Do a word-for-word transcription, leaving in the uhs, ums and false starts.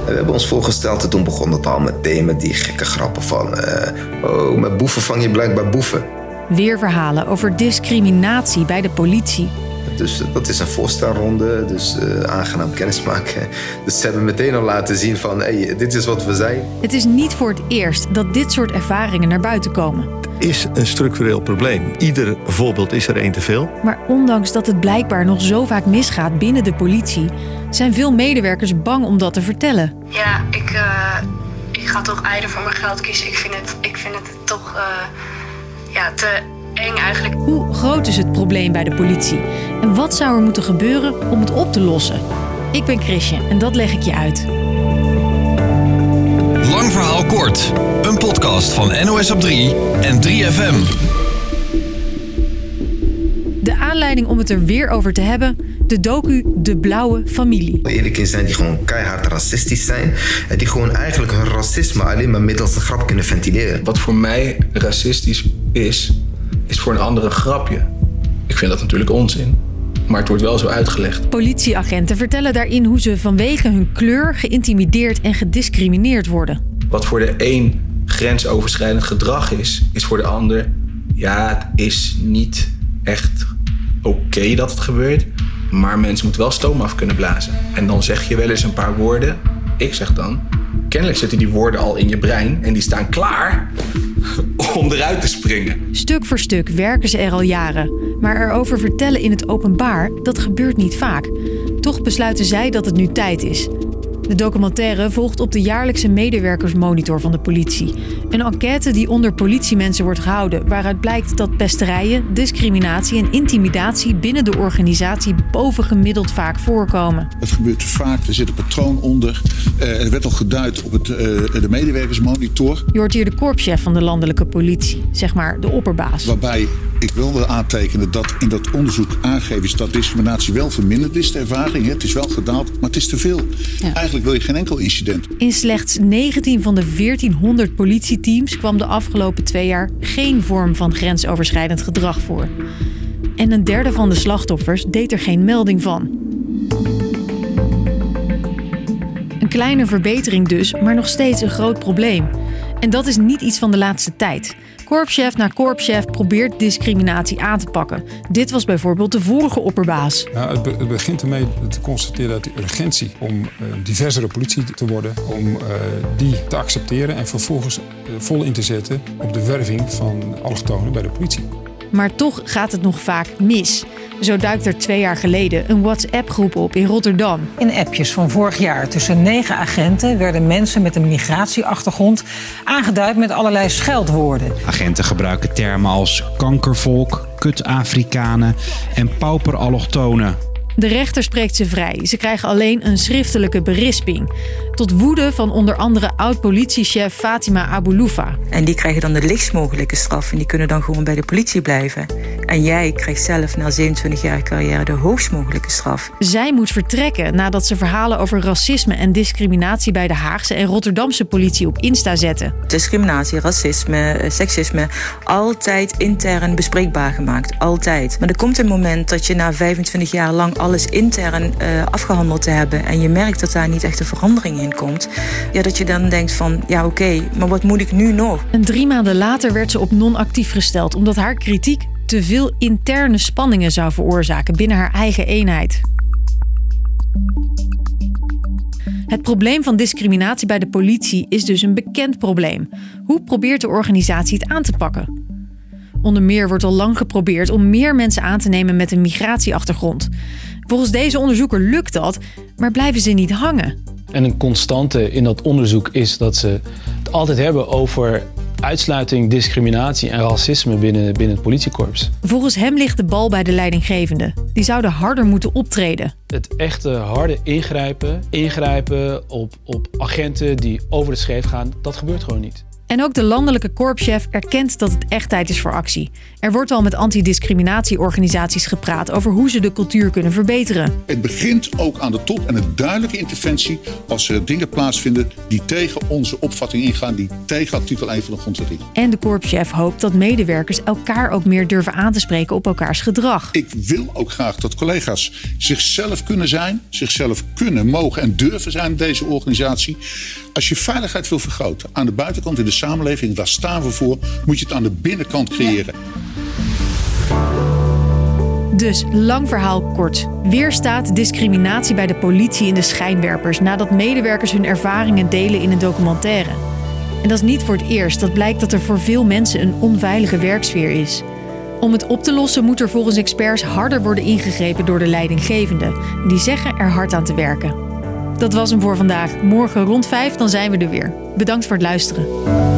We hebben ons voorgesteld en toen begon het al meteen met die gekke grappen van... Uh, oh, met boeven vang je blijkbaar boeven. Weer verhalen over discriminatie bij de politie. Dus dat is een voorstelronde, dus uh, aangenaam kennismaken. Dus ze hebben meteen al laten zien van, hey, dit is wat we zijn. Het is niet voor het eerst dat dit soort ervaringen naar buiten komen. Het is een structureel probleem. Ieder voorbeeld is er één te veel. Maar ondanks dat het blijkbaar nog zo vaak misgaat binnen de politie... zijn veel medewerkers bang om dat te vertellen. Ja, ik, uh, ik ga toch eieren voor mijn geld kiezen. Ik vind het, ik vind het toch uh, ja, te... eng eigenlijk. Hoe groot is het probleem bij de politie? En wat zou er moeten gebeuren om het op te lossen? Ik ben Chrisje en dat leg ik je uit. Lang verhaal kort. Een podcast van N O S op drie en drie F M. De aanleiding om het er weer over te hebben... de docu De Blauwe Familie. Eerlijk in zijn die gewoon keihard racistisch zijn. En die gewoon eigenlijk hun racisme alleen maar middels een grap kunnen ventileren. Wat voor mij racistisch is... is voor een ander een grapje. Ik vind dat natuurlijk onzin. Maar het wordt wel zo uitgelegd. Politieagenten vertellen daarin hoe ze vanwege hun kleur geïntimideerd en gediscrimineerd worden. Wat voor de een grensoverschrijdend gedrag is, is voor de ander... ja, het is niet echt oké okay dat het gebeurt... maar mensen moeten wel stoom af kunnen blazen. En dan zeg je wel eens een paar woorden. Ik zeg dan... kennelijk zitten die woorden al in je brein... en die staan klaar... om eruit te springen. Stuk voor stuk werken ze er al jaren. Maar erover vertellen in het openbaar, dat gebeurt niet vaak. Toch besluiten zij dat het nu tijd is. De documentaire volgt op de jaarlijkse medewerkersmonitor van de politie. Een enquête die onder politiemensen wordt gehouden... waaruit blijkt dat pesterijen, discriminatie en intimidatie... binnen de organisatie bovengemiddeld vaak voorkomen. Het gebeurt te vaak, er zit een patroon onder. Uh, er werd al geduid op het, uh, de medewerkersmonitor. Je hoort hier de korpschef van de landelijke politie, zeg maar de opperbaas. Waarbij ik wel wil aantekenen dat in dat onderzoek aangegeven is... dat discriminatie wel verminderd is, de ervaring. Het is wel gedaald, maar het is te veel. Ja. Eigenlijk wil je geen enkel incident. In slechts negentien van de veertienhonderd politieteams kwam de afgelopen twee jaar geen vorm van grensoverschrijdend gedrag voor. En een derde van de slachtoffers deed er geen melding van. Een kleine verbetering dus, maar nog steeds een groot probleem. En dat is niet iets van de laatste tijd. Korpschef na korpschef probeert discriminatie aan te pakken. Dit was bijvoorbeeld de vorige opperbaas. Nou, het, be- het begint ermee te constateren dat de urgentie om uh, diversere politie te worden... om uh, die te accepteren en vervolgens uh, vol in te zetten... op de werving van allochtonen bij de politie. Maar toch gaat het nog vaak mis. Zo duikt er twee jaar geleden een WhatsApp-groep op in Rotterdam. In appjes van vorig jaar tussen negen agenten werden mensen met een migratieachtergrond aangeduid met allerlei scheldwoorden. Agenten gebruiken termen als kankervolk, kut-Afrikanen en pauper-allochtonen. De rechter spreekt ze vrij. Ze krijgen alleen een schriftelijke berisping. Tot woede van onder andere oud-politiechef Fatima Abouloufa. En die krijgen dan de lichtst mogelijke straf en die kunnen dan gewoon bij de politie blijven. En jij krijgt zelf na zevenentwintig jaar carrière de hoogst mogelijke straf. Zij moet vertrekken nadat ze verhalen over racisme en discriminatie bij de Haagse en Rotterdamse politie op Insta zetten. Discriminatie, racisme, seksisme, altijd intern bespreekbaar gemaakt. Altijd. Maar er komt een moment dat je na vijfentwintig jaar lang alles intern uh, afgehandeld te hebben en je merkt dat daar niet echt een verandering in komt. Ja, dat je dan denkt van, ja oké, okay, maar wat moet ik nu nog? En drie maanden later werd ze op non-actief gesteld omdat haar kritiek te veel interne spanningen zou veroorzaken binnen haar eigen eenheid. Het probleem van discriminatie bij de politie is dus een bekend probleem. Hoe probeert de organisatie het aan te pakken? Onder meer wordt al lang geprobeerd om meer mensen aan te nemen met een migratieachtergrond. Volgens deze onderzoeker lukt dat, maar blijven ze niet hangen. En een constante in dat onderzoek is dat ze het altijd hebben over uitsluiting, discriminatie en racisme binnen, binnen het politiekorps. Volgens hem ligt de bal bij de leidinggevende. Die zouden harder moeten optreden. Het echte harde ingrijpen, ingrijpen op, op agenten die over de scheef gaan, dat gebeurt gewoon niet. En ook de landelijke korpschef erkent dat het echt tijd is voor actie. Er wordt al met antidiscriminatieorganisaties gepraat over hoe ze de cultuur kunnen verbeteren. Het begint ook aan de top en een duidelijke interventie als er dingen plaatsvinden die tegen onze opvatting ingaan, die tegen artikel één van de grondwet ingaan. En de korpschef hoopt dat medewerkers elkaar ook meer durven aan te spreken op elkaars gedrag. Ik wil ook graag dat collega's zichzelf kunnen zijn, zichzelf kunnen, mogen en durven zijn in deze organisatie. Als je veiligheid wil vergroten aan de buitenkant in de samenleving, daar staan we voor, moet je het aan de binnenkant creëren. Dus, lang verhaal kort. Weer staat discriminatie bij de politie in de schijnwerpers nadat medewerkers hun ervaringen delen in een documentaire. En dat is niet voor het eerst. Dat blijkt dat er voor veel mensen een onveilige werksfeer is. Om het op te lossen moet er volgens experts harder worden ingegrepen door de leidinggevenden. Die zeggen er hard aan te werken. Dat was hem voor vandaag. Morgen rond vijf, dan zijn we er weer. Bedankt voor het luisteren.